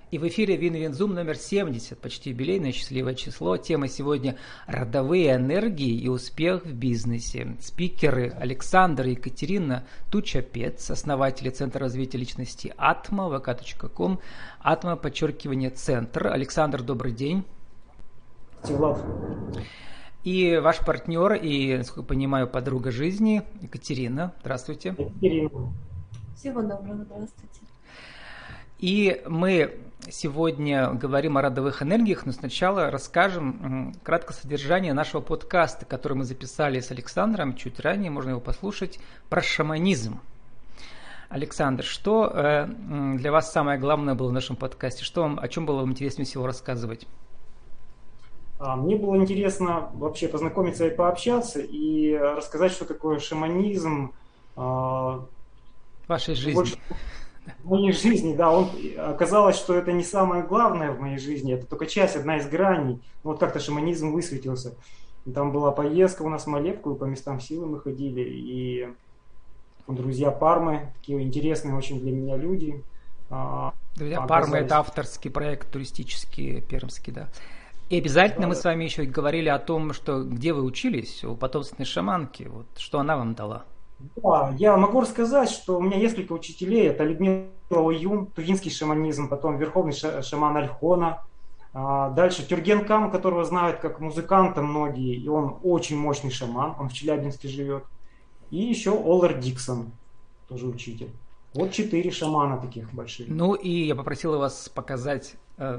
И в эфире Вин-Вин-Зум номер 70, почти юбилейное счастливое число. Тема сегодня «Родовые энергии и успех в бизнесе». Спикеры Александр и Екатерина Тучапец, основатели Центра развития личности Атма, vk.com, Атма, подчеркивание, Центр. Александр, добрый день. Влад. И ваш партнер и, насколько я понимаю, подруга жизни Екатерина. Здравствуйте. Екатерина. Всего доброго, здравствуйте. И мы сегодня говорим о родовых энергиях, но сначала расскажем кратко содержание нашего подкаста, который мы записали с Александром чуть ранее, можно его послушать, про шаманизм. Александр, что для вас самое главное было в нашем подкасте? О чем было вам интереснее всего рассказывать? Мне было интересно вообще познакомиться и пообщаться, и рассказать, что такое шаманизм. В вашей жизни. В моей жизни, да. Оказалось, что это не самое главное в моей жизни, это только часть, одна из граней. Вот как-то шаманизм высветился. Там была поездка у нас в Малевку, по местам силы мы ходили, и друзья Пармы, такие интересные очень для меня люди. Друзья Пармы — это авторский проект туристический, пермский, да. И обязательно мы с вами еще говорили о том, что где вы учились, у потомственной шаманки, вот что она вам дала. Да, я могу рассказать, что у меня несколько учителей. Это Людмила Оюн, тугинский шаманизм, потом верховный шаман Альхона. Дальше Тюрген Кам, которого знают как музыканта многие, и он очень мощный шаман, он в Челябинске живет. И еще Оллар Диксон, тоже учитель. Вот 4 шамана таких больших. Ну и я попросила вас показать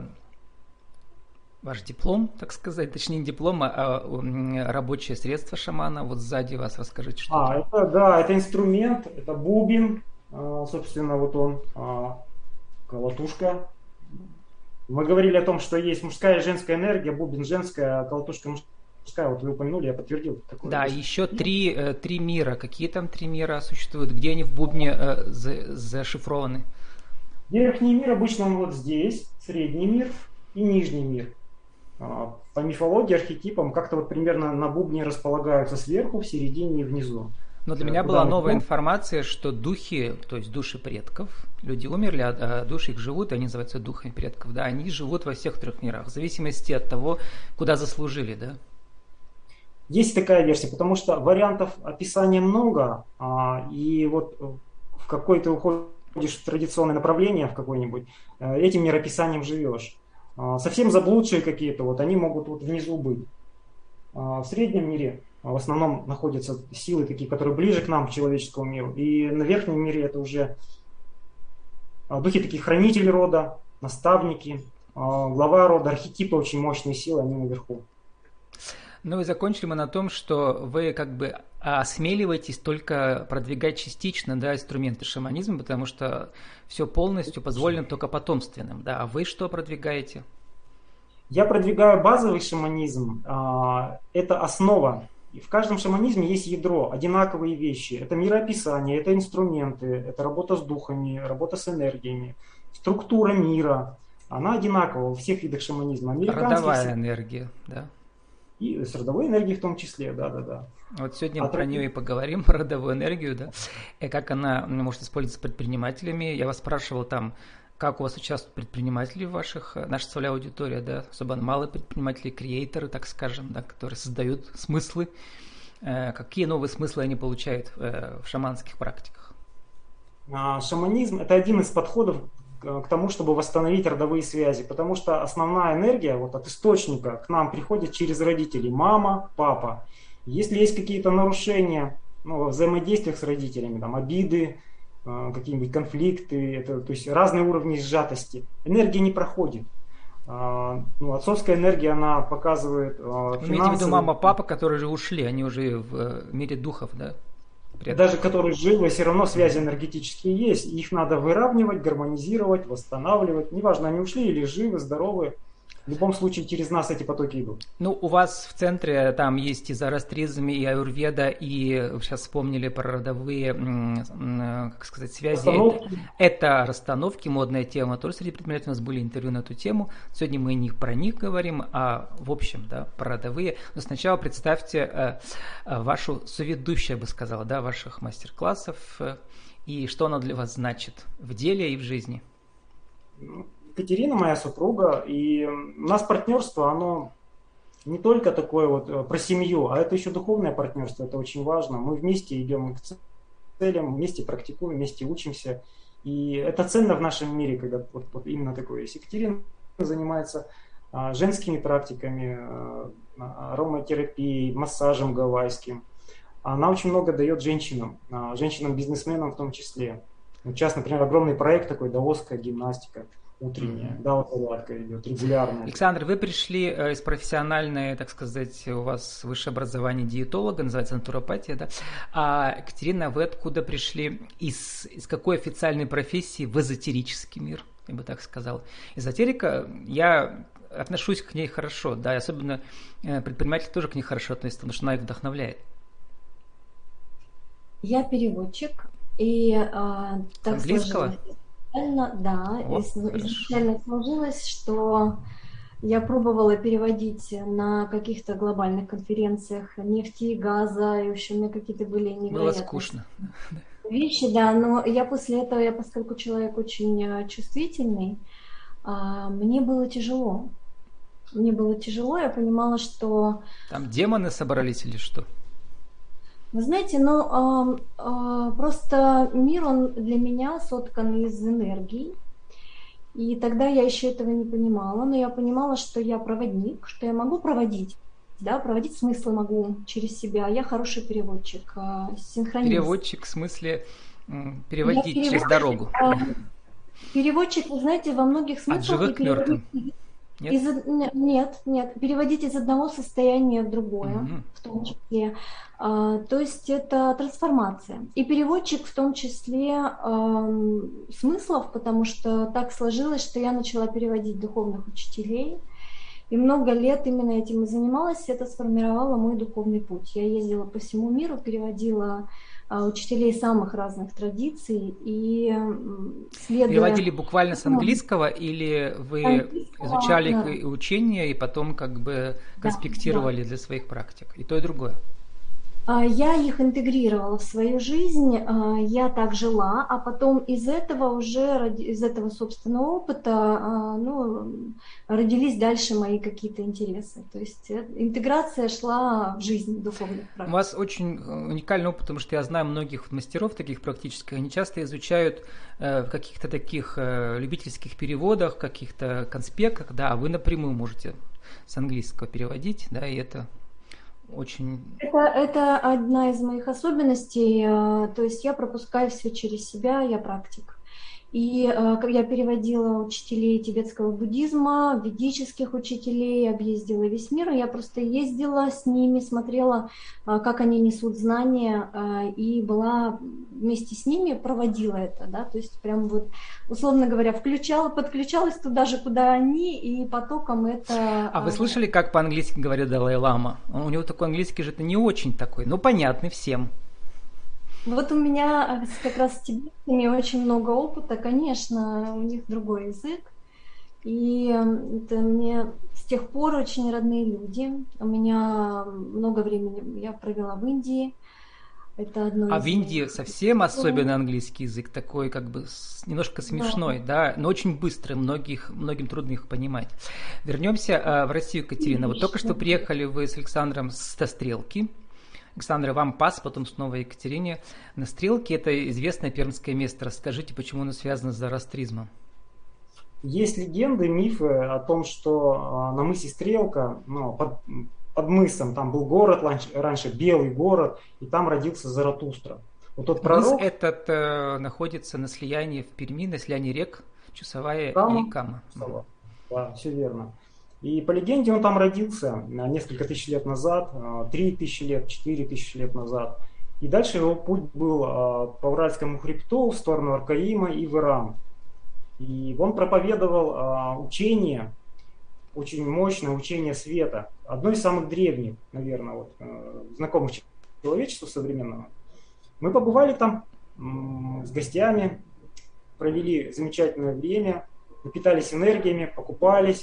ваш диплом, так сказать, точнее не диплом, а рабочее средство шамана. Вот сзади вас расскажите, что это инструмент, это бубен, собственно, вот он, колотушка. Мы говорили о том, что есть мужская и женская энергия, бубен женская, а колотушка мужская. Вот вы упомянули, я подтвердил. Да, еще три мира. Какие там 3 мира существуют? Где они в бубне зашифрованы? Верхний мир обычно он вот здесь, средний мир и нижний мир. По мифологии, архетипам как-то вот примерно на бубне располагаются сверху, в середине и внизу. Но для меня была новая информация, что духи, то есть души предков, люди умерли, а души их живут, и они называются духами предков, да, они живут во всех 3 мирах, в зависимости от того, куда заслужили, да? Есть такая версия, потому что вариантов описания много, и вот в какой ты уходишь в традиционное направление, в какое-нибудь, этим мирописанием живешь. Совсем заблудшие какие-то, вот они могут вот внизу быть. В среднем мире в основном находятся силы такие, которые ближе к нам, к человеческому миру. И на верхнем мире это уже духи такие хранители рода, наставники, глава рода, архетипы, очень мощные силы, они наверху. Ну и закончили мы на том, что вы как бы осмеливаетесь только продвигать частично, да, инструменты шаманизма, потому что все полностью позволено только потомственным, да. А вы что продвигаете? Я продвигаю базовый шаманизм. Это основа. И в каждом шаманизме есть ядро, одинаковые вещи. Это мироописание, это инструменты, это работа с духами, работа с энергиями, структура мира. Она одинакова во всех видах шаманизма. Родовая энергия, да. И с родовой энергией в том числе, да. Вот сегодня мы про нее и поговорим, про родовую энергию, да, и как она может использоваться предпринимателями. Я вас спрашивал там, как у вас участвуют предприниматели в наша целевая аудитория, да, особенно малые предприниматели, креаторы, так скажем, да, которые создают смыслы. Какие новые смыслы они получают в шаманских практиках? Шаманизм – это один из подходов к тому, чтобы восстановить родовые связи, потому что основная энергия вот от источника к нам приходит через родителей, мама, папа. Если есть какие-то нарушения во взаимодействиях с родителями, там, обиды, какие-нибудь конфликты, то есть разные уровни сжатости, энергия не проходит. Отцовская энергия, она показывает финансовые... Вы имеете в виду мама, папа, которые уже ушли, они уже в мире духов, да? Даже которые живы, все равно связи энергетические есть. Их надо выравнивать, гармонизировать, восстанавливать. Неважно, они ушли или живы, здоровы. В любом случае через нас эти потоки идут. Ну, у вас в центре там есть и зороастризм, и аюрведа, и вы сейчас вспомнили про родовые, как сказать, связи. Это расстановки, модная тема. Тоже среди предпринимателей у нас были интервью на эту тему. Сегодня мы не про них говорим, а в общем, да, про родовые. Но сначала представьте вашу соведущую, я бы сказала, да, ваших мастер-классов, и что оно для вас значит в деле и в жизни. Екатерина, моя супруга, и у нас партнерство, оно не только такое вот про семью, а это еще духовное партнерство, это очень важно. Мы вместе идем к целям, вместе практикуем, вместе учимся. И это ценно в нашем мире, когда вот именно такое есть. Екатерина занимается женскими практиками, ароматерапией, массажем гавайским. Она очень много дает женщинам, женщинам-бизнесменам в том числе. Сейчас, например, огромный проект такой, даосская гимнастика утренняя, дао-зарядка идет регулярно. Александр, вы пришли из профессиональной, так сказать, у вас высшее образование диетолога, называется натуропатия, да? А Екатерина, вы откуда пришли? Из какой официальной профессии в эзотерический мир, я бы так сказал? Эзотерика, я отношусь к ней хорошо, да, и особенно предприниматели тоже к ней хорошо относятся, потому что она их вдохновляет. Я переводчик, и так английского? Сложилось, да, изначально сложилось, что я пробовала переводить на каких-то глобальных конференциях нефти и газа, и в общем, у меня какие-то были невероятные было скучно. Вещи, да, но я после этого, поскольку человек очень чувствительный, мне было тяжело. Я понимала, что... Там демоны собрались или что? Вы знаете, просто мир, он для меня соткан из энергий, и тогда я еще этого не понимала, но я понимала, что я проводник, что я могу проводить, да, проводить смыслы могу через себя, я хороший переводчик, синхронист. Переводчик в смысле переводить через дорогу? Переводчик, вы знаете, во многих смыслах... От живых к мертвым? Нет, переводить из одного состояния в другое, в том числе. То есть это трансформация. И переводчик в том числе смыслов, потому что так сложилось, что я начала переводить духовных учителей. И много лет именно этим и занималась, это сформировало мой духовный путь. Я ездила по всему миру, переводила учителей самых разных традиций и следуя... Переводили буквально с английского или вы изучали учения и потом как бы конспектировали для своих практик? И то, и другое. Я их интегрировала в свою жизнь, я так жила, а потом из этого собственного опыта родились дальше мои какие-то интересы. То есть интеграция шла в жизнь духовных практик. У вас очень уникальный опыт, потому что я знаю многих мастеров таких практических, они часто изучают в каких-то таких любительских переводах, каких-то конспектах, да, а вы напрямую можете с английского переводить, да, и это... Очень... Это одна из моих особенностей, то есть я пропускаю все через себя, я практик. И я переводила учителей тибетского буддизма, ведических учителей, объездила весь мир, и я просто ездила с ними, смотрела, как они несут знания, и была вместе с ними, проводила это, да, то есть прям вот, условно говоря, подключалась туда же, куда они, и потоком это... А вы слышали, как по-английски говорит Далай-лама? У него такой английский же это не очень такой, но понятный всем. Вот у меня как раз с тибетцами очень много опыта, конечно, у них другой язык, и это мне с тех пор очень родные люди. У меня много времени я провела в Индии. Это одно в Индии совсем особенный английский язык, такой как бы немножко смешной, да, но очень быстрый, многим трудно их понимать. Вернемся в Россию, Екатерина. Вот только что приехали вы с Александром со Стрелки. Александр, вам пас, потом снова Екатерине. На Стрелке это известное пермское место. Расскажите, почему оно связано с зороастризмом? Есть легенды, мифы о том, что на мысе Стрелка, под мысом, там был город раньше, белый город, и там родился Заратустра. Вот тот пророк... Мыс этот находится на слиянии в Перми, на слиянии рек Чусовая и Кама. Да, все верно. И по легенде он там родился несколько тысяч лет назад, 3000 лет, 4000 лет назад. И дальше его путь был по Уральскому хребту в сторону Аркаима и в Иран. И он проповедовал учение, очень мощное учение света. Одно из самых древних, наверное, знакомых человечеству современного. Мы побывали там с гостями, провели замечательное время, напитались энергиями, покупались.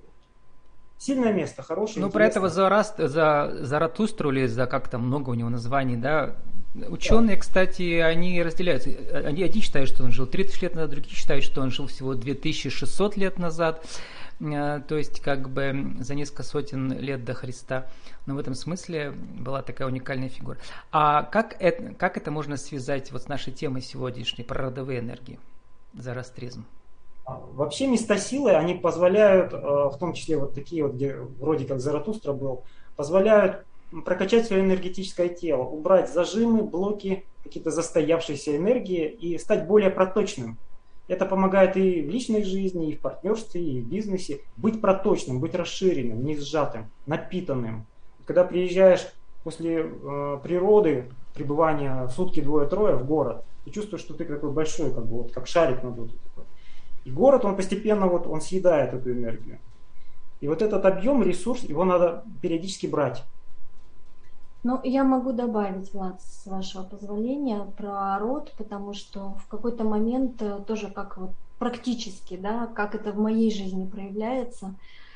Сильное место, хорошее. Ну, про этого Заратустру, или за как там много у него названий, да, Ученые, кстати, они разделяются. Одни считают, что он жил 30 лет назад, другие считают, что он жил всего 2600 лет назад, то есть как бы за несколько сотен лет до Христа. Но в этом смысле была такая уникальная фигура. А как это можно связать вот с нашей темой сегодняшней про родовые энергии, зороастризм? Вообще места силы, они позволяют, в том числе вот такие вот, где вроде как Заратустра был, позволяют прокачать свое энергетическое тело, убрать зажимы, блоки, какие-то застоявшиеся энергии и стать более проточным. Это помогает и в личной жизни, и в партнерстве, и в бизнесе быть проточным, быть расширенным, не сжатым, напитанным. Когда приезжаешь после природы, пребывания сутки, двое-трое в город, ты чувствуешь, что ты такой большой, как бы вот как шарик надутый такой. И город, он постепенно вот, он съедает эту энергию. И вот этот объем, ресурс, его надо периодически брать. Ну, я могу добавить, Влад, с вашего позволения, про род, потому что в какой-то момент тоже как вот практически, да, как это в моей жизни проявляется,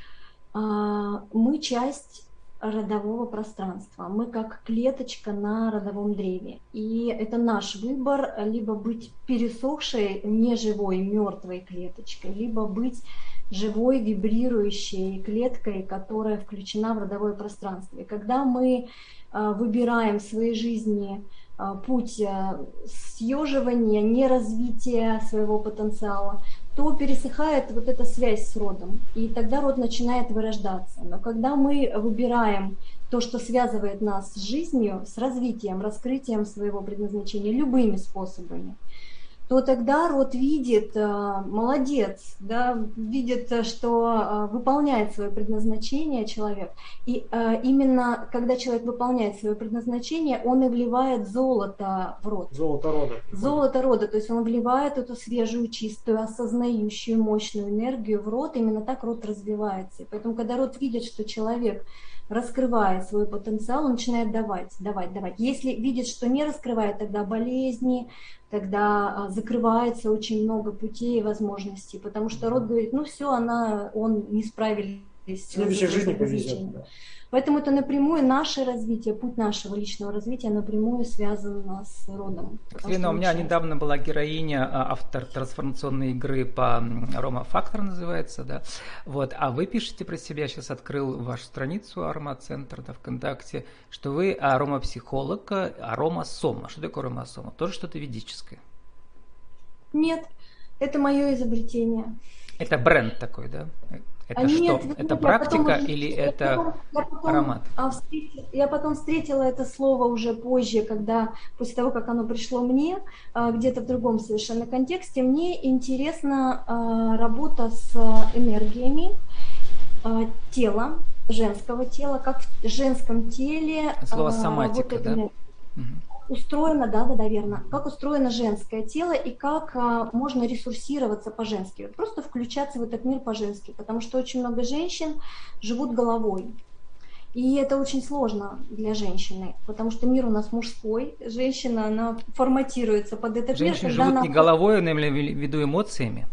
мы часть родового пространства, мы как клеточка на родовом древе. И это наш выбор, либо быть пересохшей, неживой, мертвой клеточкой, либо быть живой, вибрирующей клеткой, которая включена в родовое пространство. И когда мы выбираем в своей жизни путь съеживания, неразвития своего потенциала, то пересыхает вот эта связь с родом, и тогда род начинает вырождаться. Но когда мы выбираем то, что связывает нас с жизнью, с развитием, раскрытием своего предназначения любыми способами, то тогда род видит, молодец, да, видит, что выполняет свое предназначение человек. И именно когда человек выполняет свое предназначение, он и вливает золото в род. Золото рода. Золото рода, то есть он вливает эту свежую, чистую, осознающую, мощную энергию в род, именно так род развивается. И поэтому, когда род видит, что человек раскрывает свой потенциал, он начинает давать. Если видит, что не раскрывает, тогда болезни, тогда закрывается очень много путей и возможностей, потому что род говорит, ну все, он не справились. В следующей жизни повезет. Да. Поэтому это напрямую наше развитие, путь нашего личного развития напрямую связан с родом. Екатерина, у меня недавно была героиня, автор трансформационной игры по Рома Фактор называется, да. Вот, а вы пишете про себя, сейчас открыл вашу страницу Аромацентр, да, ВКонтакте, что вы аромапсихолог, аромасома. Что такое аромасома? Тоже что-то ведическое? Нет, это мое изобретение. Это бренд такой, да? Это что? Нет, это практика или это аромат? Я потом встретила это слово уже позже, после того, как оно пришло мне, где-то в другом совершенно контексте. Мне интересна работа с энергиями тела, женского тела, как в женском теле. Слово соматика, да? Устроено, да, верно. Как устроено женское тело и как можно ресурсироваться по-женски. Просто включаться в этот мир по-женски, потому что очень много женщин живут головой. И это очень сложно для женщины, потому что мир у нас мужской. Женщина, она форматируется под этот мир. Женщины живут не головой, а в виду эмоциями.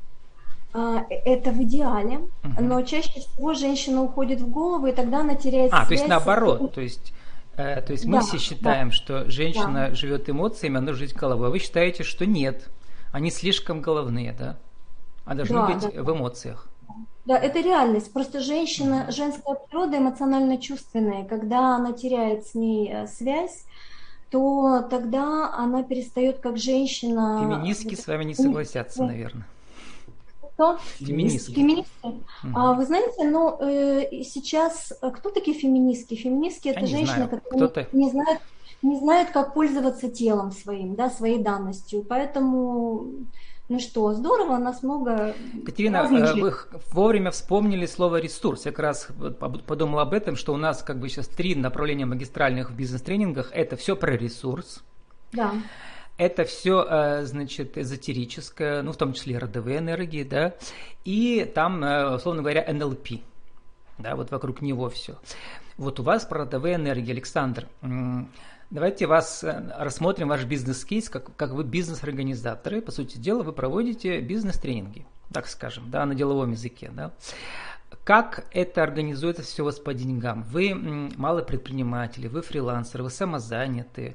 Это в идеале, но чаще всего женщина уходит в голову, и тогда она теряет связь. То есть наоборот, то есть мы все считаем, что женщина живет эмоциями, она живет головой. А вы считаете, что нет, они слишком головные, да? А должны быть в эмоциях. Да, это реальность. Просто женщина, женская природа эмоционально чувственная. Когда она теряет с ней связь, то тогда она перестает как женщина... Феминистки с вами не согласятся, наверное. Кто? Феминистки. Вы знаете, сейчас кто такие феминистки? Феминистки это женщины, которые не знают, как пользоваться телом своим, да, своей данностью. Поэтому, здорово, нас много. Екатерина, вы вовремя вспомнили слово ресурс. Я как раз подумал об этом, что у нас как бы сейчас 3 направления магистральных в бизнес-тренингах. Это все про ресурс. Да. Это все, значит, эзотерическое, в том числе родовые энергии, да, и там, условно говоря, НЛП, да, вот вокруг него все. Вот у вас про родовые энергии, Александр. Давайте рассмотрим ваш бизнес-кейс, как вы бизнес-организаторы. По сути дела, вы проводите бизнес-тренинги, так скажем, да, на деловом языке, да. Как это организуется все у вас по деньгам? Вы малый предприниматель, вы фрилансер, вы самозанятые.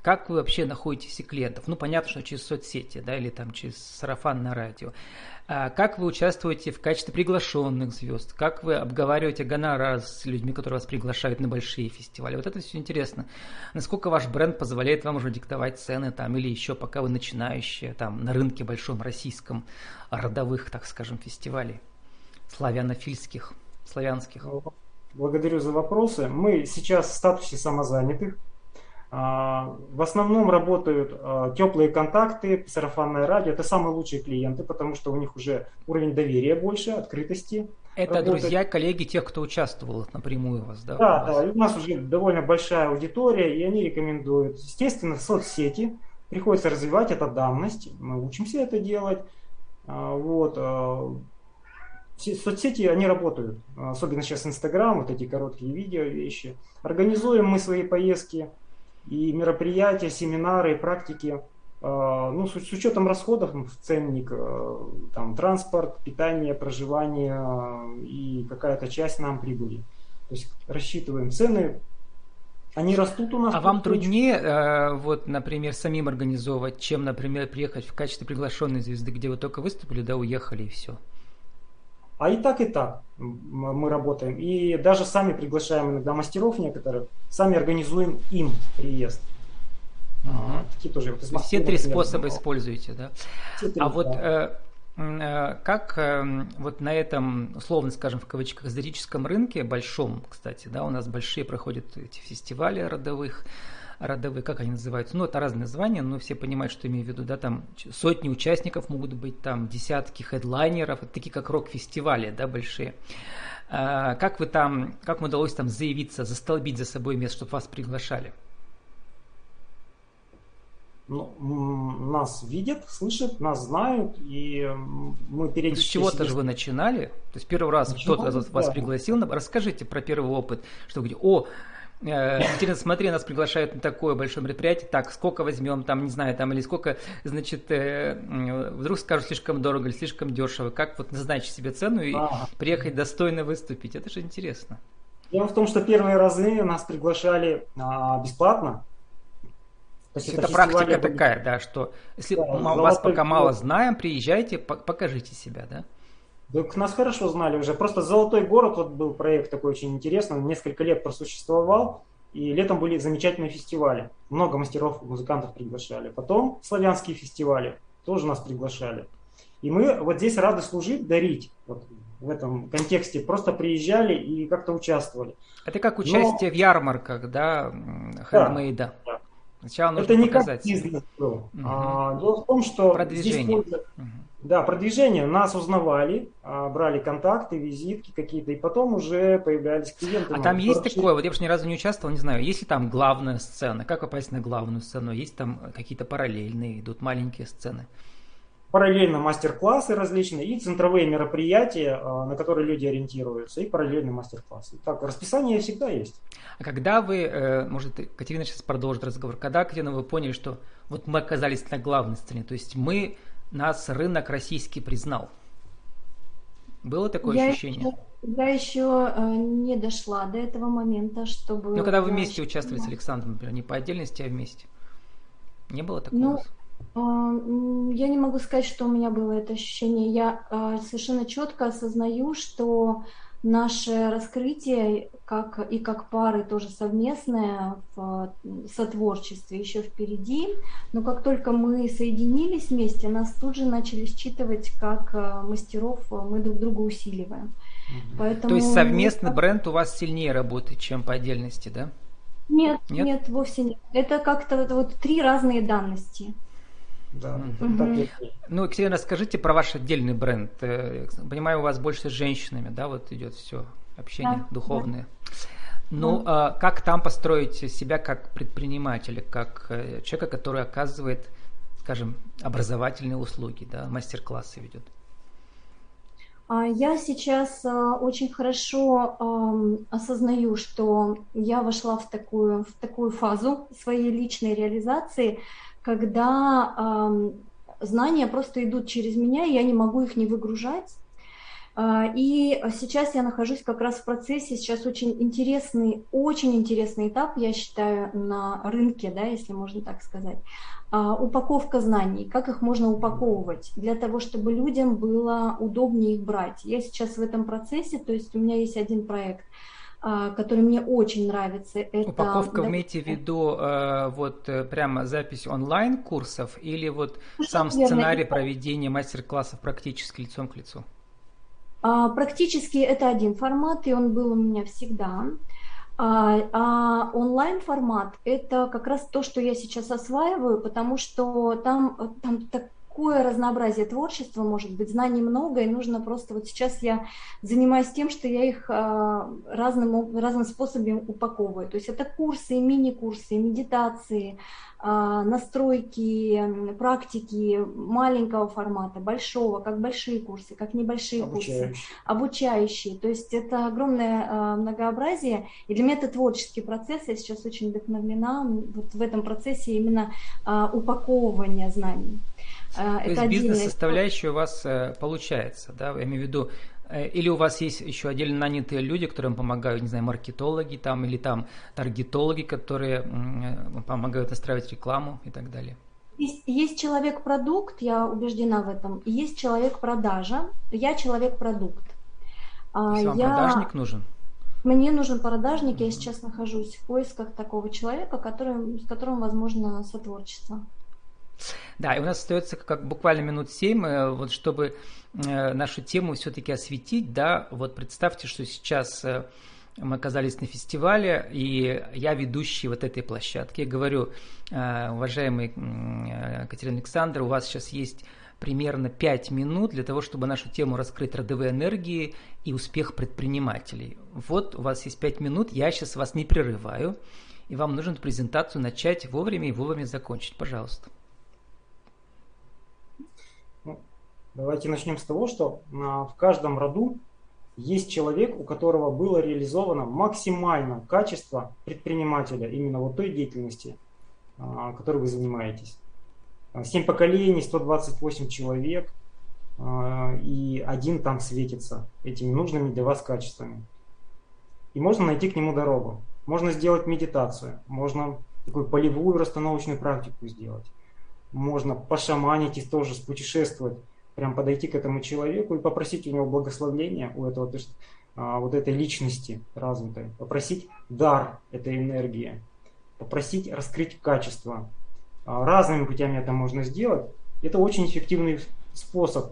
как вы вообще находите себе клиентов? Ну, понятно, что через соцсети, да, или там через сарафанное радио. Как вы участвуете в качестве приглашенных звезд? Как вы обговариваете гонорар с людьми, которые вас приглашают на большие фестивали? Вот это все интересно. Насколько ваш бренд позволяет вам уже диктовать цены там, или еще пока вы начинающие там на рынке большом российском родовых, так скажем, фестивалей славянофильских, славянских? Благодарю за вопросы. Мы сейчас в статусе самозанятых. В основном работают теплые контакты, сарафанное радио. Это самые лучшие клиенты, потому что у них уже уровень доверия больше, открытости. Это работает. Друзья, коллеги, тех, кто участвовал напрямую у вас, да? Да, да. И у нас уже довольно большая аудитория, и они рекомендуют. Естественно, соцсети. Приходится развивать эту данность. Мы учимся это делать. Вот. Соцсети, они работают. Особенно сейчас Инстаграм, вот эти короткие видео, вещи. Организуем мы свои поездки и мероприятия, семинары, практики, ну, с учетом расходов в ценник, там, транспорт, питание, проживание и какая-то часть нам прибыли. То есть рассчитываем цены, они растут у нас. А вам труднее, вот, например, самим организовывать, чем, например, приехать в качестве приглашенной звезды, где вы только выступили, да, уехали и все? А и так мы работаем. И даже сами приглашаем иногда мастеров некоторых, сами организуем им приезд. Такие тоже. Все три способа используете, да? А вот как вот на этом, условно скажем, в кавычках, эзотерическом рынке, большом, кстати, да, у нас большие проходят эти фестивали родовые, как они называются, ну, это разные названия, но все понимают, что имею в виду, да, там сотни участников могут быть, там десятки хедлайнеров, это такие как рок-фестивали, да, большие. Как вам удалось там заявиться, застолбить за собой место, чтобы вас приглашали? Ну, нас видят, слышат, нас знают, и мы периодически... С чего-то же вы начинали? То есть первый раз кто-то вас пригласил, расскажите про первый опыт, что вы говорите, интересно, смотри, нас приглашают на такое большое мероприятие, так, сколько возьмем, там, не знаю, там, или сколько, значит, вдруг скажут слишком дорого или слишком дешево, как вот назначить себе цену и приехать достойно выступить, это же интересно. Дело в том, что первые разы нас приглашали бесплатно. То есть это практика такая, да, что если вас пока мало знаем, приезжайте, покажите себя, да? Так нас хорошо знали уже. Просто «Золотой город», вот был проект такой очень интересный, он несколько лет просуществовал, и летом были замечательные фестивали. Много мастеров, музыкантов приглашали. Потом славянские фестивали тоже нас приглашали. И мы вот здесь рады служить, дарить. Вот в этом контексте просто приезжали и как-то участвовали. Это как участие в ярмарках, да, хендмейда. Да. Сначала нужно это не показать. Как бизнес был. Дело в том, что продвижение. Да, продвижение. Нас узнавали, брали контакты, визитки какие-то, и потом уже появлялись клиенты. А там есть такое, вот я же ни разу не участвовал, не знаю, есть ли там главная сцена, как попасть на главную сцену, есть там какие-то параллельные, идут маленькие сцены? Параллельно мастер-классы различные и центровые мероприятия, на которые люди ориентируются, и параллельные мастер-классы. Так, расписание всегда есть. А когда вы, может, Катерина сейчас продолжит разговор, когда, Катерина, вы поняли, что вот мы оказались на главной сцене, то есть нас рынок российский признал? Было такое ощущение? Я еще не дошла до этого момента, чтобы... Ну, когда вы вместе участвовали с Александром, например, не по отдельности, а вместе. Не было такого? Я не могу сказать, что у меня было это ощущение. Я совершенно четко осознаю, что наше раскрытие как пары тоже совместное в сотворчестве еще впереди. Но как только мы соединились вместе, нас тут же начали считывать как мастеров, мы друг друга усиливаем. Поэтому... То есть совместный бренд у вас сильнее работает, чем по отдельности, да? Нет, вовсе нет. Это как-то вот три разные данности. Да. Ну, Екатерина, расскажите про ваш отдельный бренд. Понимаю, у вас больше с женщинами, да, вот идет все общение духовное. Ну, как там построить себя как предпринимателя, как человека, который оказывает, скажем, образовательные услуги, да, мастер-классы ведет? Я сейчас очень хорошо осознаю, что я вошла в такую фазу своей личной реализации, когда знания просто идут через меня, и я не могу их не выгружать. И сейчас я нахожусь как раз в процессе, сейчас очень интересный этап, я считаю, на рынке, да, если можно так сказать. Упаковка знаний, как их можно упаковывать, для того, чтобы людям было удобнее их брать. Я сейчас в этом процессе, то есть у меня есть один проект, который мне очень нравится. Это упаковка, вы имеете в виду вот прямо запись онлайн-курсов или вот сам сценарий проведения мастер-классов практически лицом к лицу? Практически это один формат, и он был у меня всегда. А онлайн-формат – это как раз то, что я сейчас осваиваю, потому что там такое разнообразие творчества, может быть, знаний много, и нужно просто… Вот сейчас я занимаюсь тем, что я их разным способом упаковываю. То есть это курсы, мини-курсы, медитации, настройки, практики маленького формата, большого, как большие курсы, как небольшие курсы, обучающие. То есть это огромное многообразие. И для меня это творческий процесс. Я сейчас очень вдохновлена вот в этом процессе именно упаковывания знаний. То есть бизнес-составляющая у вас получается, да? Я имею в виду, или у вас есть еще отдельно нанятые люди, которым помогают, не знаю, маркетологи там, или там таргетологи, которые помогают настраивать рекламу и так далее? Есть человек-продукт, я убеждена в этом, и есть человек-продажа, я человек-продукт. То есть вам продажник нужен? Мне нужен продажник, я сейчас нахожусь в поисках такого человека, с которым возможно сотворчество. Да, и у нас остается как буквально минут 7, вот чтобы нашу тему все-таки осветить, да, вот представьте, что сейчас мы оказались на фестивале, и я ведущий вот этой площадки. Я говорю, уважаемый Катерина Александровна, у вас сейчас есть примерно 5 минут для того, чтобы нашу тему раскрыть родовые энергии и успех предпринимателей. Вот у вас есть 5 минут, я сейчас вас не прерываю, и вам нужно презентацию начать вовремя и вовремя закончить. Пожалуйста. Давайте начнем с того, что в каждом роду есть человек, у которого было реализовано максимально качество предпринимателя, именно вот той деятельности, которой вы занимаетесь. 7 поколений, 128 человек, и один там светится этими нужными для вас качествами. И можно найти к нему дорогу. Можно сделать медитацию, можно такую полевую расстановочную практику сделать. Можно пошаманить и тоже путешествовать, прям подойти к этому человеку и попросить у него благословения, у этого, вот этой личности развитой, попросить дар этой энергии, попросить раскрыть качество. Разными путями это можно сделать. Это очень эффективный способ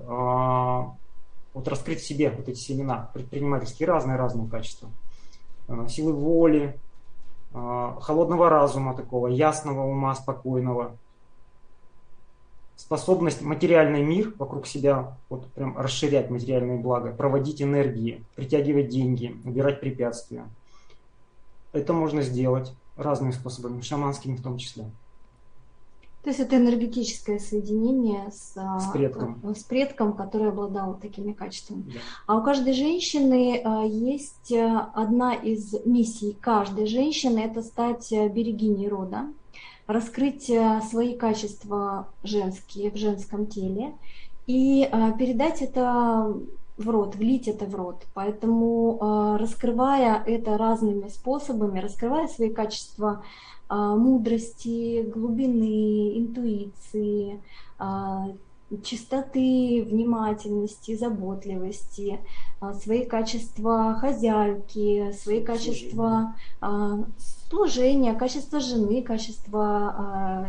вот раскрыть в себе вот эти семена предпринимательские, разные качества. Силы воли, холодного разума такого, ясного ума, спокойного. Способность материальный мир вокруг себя вот прям расширять материальные блага, проводить энергии, притягивать деньги, убирать препятствия. Это можно сделать разными способами, шаманскими в том числе. То есть это энергетическое соединение с предком, который обладал такими качествами. Да. А у каждой женщины есть одна из миссий каждой женщины – это стать берегиней рода, раскрыть свои качества женские в женском теле и передать это в род, влить это в род. Поэтому, раскрывая это разными способами, раскрывая свои качества мудрости, глубины, интуиции, чистоты, внимательности, заботливости, свои качества хозяйки, свои качества служения, качество жены, качество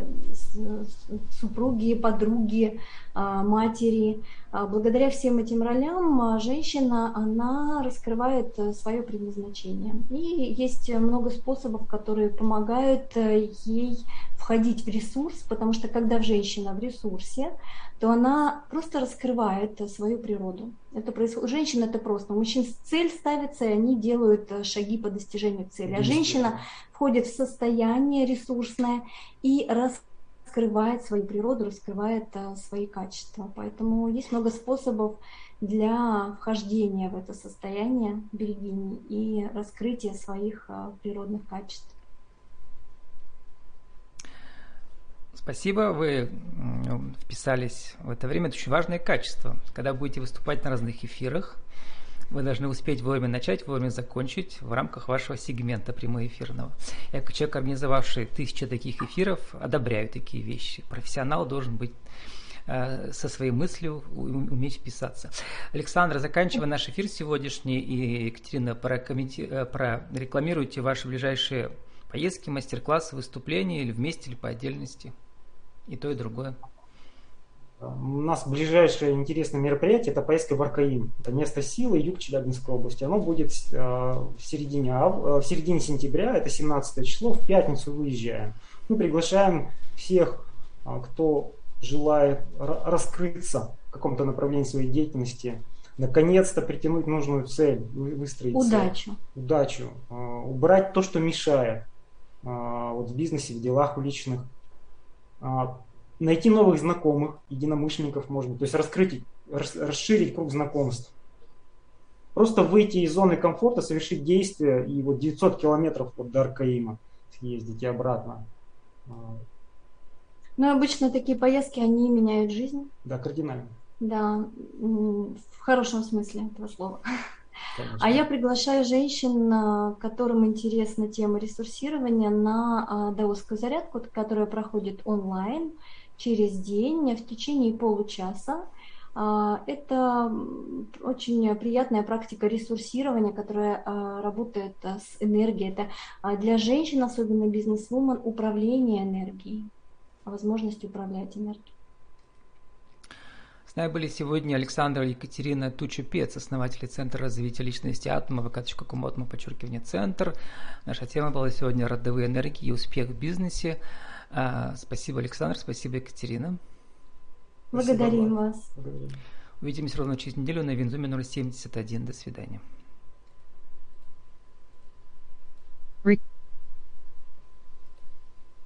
супруги, подруги, матери. Благодаря всем этим ролям женщина, она раскрывает свое предназначение. И есть много способов, которые помогают ей входить в ресурс, потому что когда женщина в ресурсе, то она просто раскрывает свою природу. Это происходит. У женщин это просто. У мужчин цель ставится, и они делают шаги по достижению цели. А женщина входит в состояние ресурсное и раскрывает свою природу, раскрывает свои качества. Поэтому есть много способов для вхождения в это состояние берегини и раскрытия своих природных качеств. Спасибо, вы вписались в это время. Это очень важное качество. Когда будете выступать на разных эфирах, вы должны успеть вовремя начать, вовремя закончить в рамках вашего сегмента прямоэфирного. Я, как человек, организовавший 1000 таких эфиров, одобряю такие вещи. Профессионал должен быть со своей мыслью уметь вписаться. Александра, заканчивая наш эфир сегодняшний, и Екатерина, прорекламируйте ваши ближайшие поездки, мастер-классы, выступления, или вместе, или по отдельности. И то, и другое. У нас ближайшее интересное мероприятие – это поездка в Аркаим. Это место силы, юг Челябинской области. Оно будет в середине сентября, это 17 число, в пятницу выезжаем. Мы приглашаем всех, кто желает раскрыться в каком-то направлении своей деятельности, наконец-то притянуть нужную цель, выстроить удачу. Удачу, убрать то, что мешает вот в бизнесе, в делах личных, найти новых знакомых, единомышленников, может быть, то есть расширить круг знакомств. Просто выйти из зоны комфорта, совершить действие и вот 900 километров вот до Аркаима съездить и обратно. Но обычно такие поездки, они меняют жизнь. Да, кардинально. Да, в хорошем смысле этого слова. Конечно. А я приглашаю женщин, которым интересна тема ресурсирования, на даосскую зарядку, которая проходит онлайн через день в течение получаса. Это очень приятная практика ресурсирования, которая работает с энергией. Это для женщин, особенно бизнес-вумен, управление энергией, возможность управлять энергией. С нами были сегодня Александра и Екатерина Тучупец, основатели Центра развития личности Атома, vk.com, _центр. Наша тема была сегодня родовые энергии и успех в бизнесе. Спасибо, Александр, спасибо, Екатерина. Благодарим вас. Увидимся ровно через неделю на Винзуме 071. До свидания.